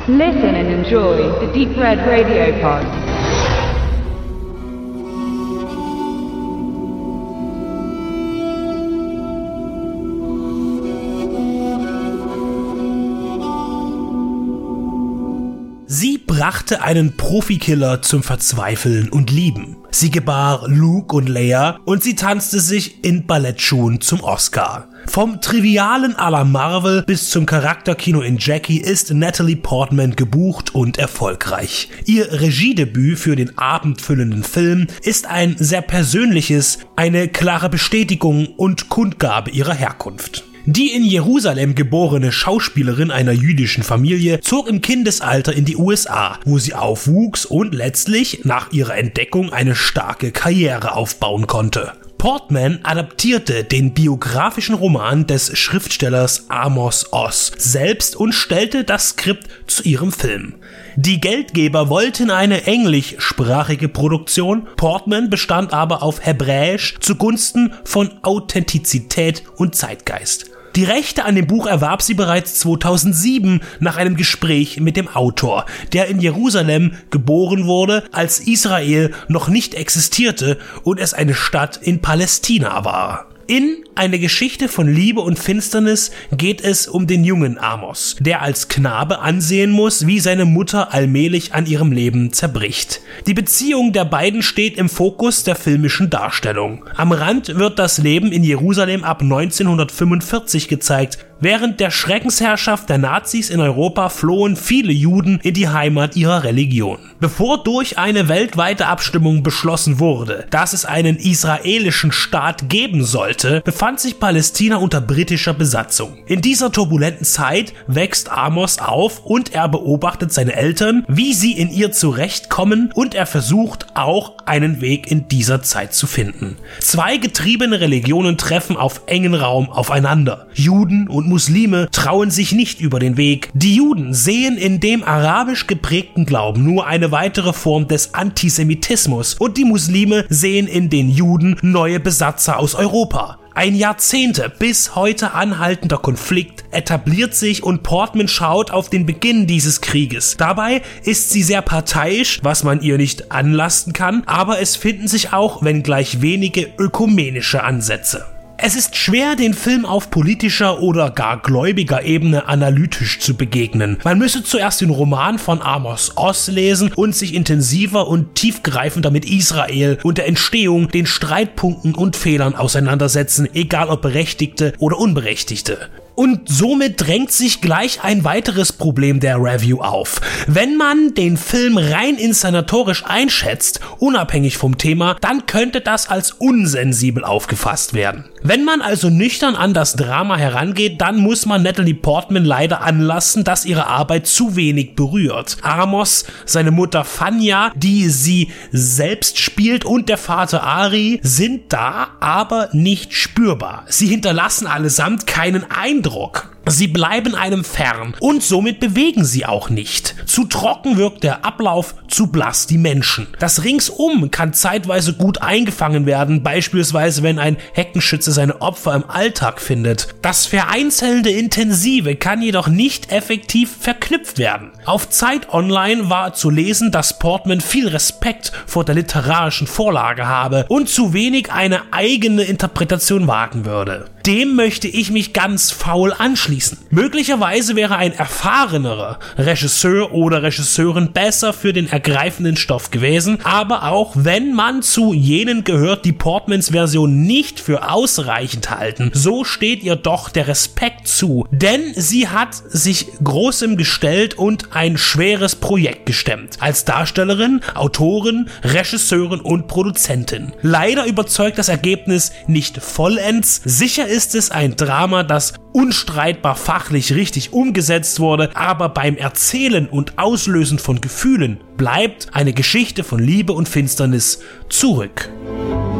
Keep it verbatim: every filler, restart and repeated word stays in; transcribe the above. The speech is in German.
Listen and enjoy the Deep Red Radio Pod. Sie brachte einen Profikiller zum Verzweifeln und Lieben. Sie gebar Luke und Leia und sie tanzte sich in Ballettschuhen zum Oscar. Vom Trivialen à la Marvel bis zum Charakterkino in Jackie ist Natalie Portman gebucht und erfolgreich. Ihr Regiedebüt für den abendfüllenden Film ist ein sehr persönliches, eine klare Bestätigung und Kundgabe ihrer Herkunft. Die in Jerusalem geborene Schauspielerin einer jüdischen Familie zog im Kindesalter in die U S A, wo sie aufwuchs und letztlich nach ihrer Entdeckung eine starke Karriere aufbauen konnte. Portman adaptierte den biografischen Roman des Schriftstellers Amos Oz selbst und stellte das Skript zu ihrem Film. Die Geldgeber wollten eine englischsprachige Produktion, Portman bestand aber auf Hebräisch zugunsten von Authentizität und Zeitgeist. Die Rechte an dem Buch erwarb sie bereits zweitausendsieben nach einem Gespräch mit dem Autor, der in Jerusalem geboren wurde, als Israel noch nicht existierte und es eine Stadt in Palästina war. In Eine Geschichte von Liebe und Finsternis geht es um den jungen Amos, der als Knabe ansehen muss, wie seine Mutter allmählich an ihrem Leben zerbricht. Die Beziehung der beiden steht im Fokus der filmischen Darstellung. Am Rand wird das Leben in Jerusalem ab neunzehnhundertfünfundvierzig gezeigt. Während der Schreckensherrschaft der Nazis in Europa flohen viele Juden in die Heimat ihrer Religion. Bevor durch eine weltweite Abstimmung beschlossen wurde, dass es einen israelischen Staat geben sollte, befand sich Palästina unter britischer Besatzung. In dieser turbulenten Zeit wächst Amos auf und er beobachtet seine Eltern, wie sie in ihr zurechtkommen, und er versucht auch einen Weg in dieser Zeit zu finden. Zwei getriebene Religionen treffen auf engen Raum aufeinander. Juden und Muslime trauen sich nicht über den Weg. Die Juden sehen in dem arabisch geprägten Glauben nur eine weitere Form des Antisemitismus und die Muslime sehen in den Juden neue Besatzer aus Europa. Ein Jahrzehnte bis heute anhaltender Konflikt etabliert sich und Portman schaut auf den Beginn dieses Krieges. Dabei ist sie sehr parteiisch, was man ihr nicht anlasten kann, aber es finden sich auch, wenngleich wenige, ökumenische Ansätze. Es ist schwer, den Film auf politischer oder gar gläubiger Ebene analytisch zu begegnen. Man müsse zuerst den Roman von Amos Oz lesen und sich intensiver und tiefgreifender mit Israel und der Entstehung, den Streitpunkten und Fehlern auseinandersetzen, egal ob berechtigte oder unberechtigte. Und somit drängt sich gleich ein weiteres Problem der Review auf. Wenn man den Film rein inszenatorisch einschätzt, unabhängig vom Thema, dann könnte das als unsensibel aufgefasst werden. Wenn man also nüchtern an das Drama herangeht, dann muss man Natalie Portman leider anlassen, dass ihre Arbeit zu wenig berührt. Amos, seine Mutter Fania, die sie selbst spielt, und der Vater Ari sind da, aber nicht spürbar. Sie hinterlassen allesamt keinen Eindruck. Sie bleiben einem fern und somit bewegen sie auch nicht. Zu trocken wirkt der Ablauf, zu blass die Menschen. Das Ringsum kann zeitweise gut eingefangen werden, beispielsweise wenn ein Heckenschütze seine Opfer im Alltag findet. Das vereinzelnde Intensive kann jedoch nicht effektiv verknüpft werden. Auf Zeit Online war zu lesen, dass Portman viel Respekt vor der literarischen Vorlage habe und zu wenig eine eigene Interpretation wagen würde. Dem möchte ich mich ganz faul anschließen. Möglicherweise wäre ein erfahrenerer Regisseur oder Regisseurin besser für den ergreifenden Stoff gewesen, aber auch wenn man zu jenen gehört, die Portmans Version nicht für ausreichend halten, so steht ihr doch der Respekt zu, denn sie hat sich Großem gestellt und ein schweres Projekt gestemmt. Als Darstellerin, Autorin, Regisseurin und Produzentin. Leider überzeugt das Ergebnis nicht vollends. Sicher ist es ein Drama, das unstreitbar fachlich richtig umgesetzt wurde, aber beim Erzählen und Auslösen von Gefühlen bleibt eine Geschichte von Liebe und Finsternis zurück.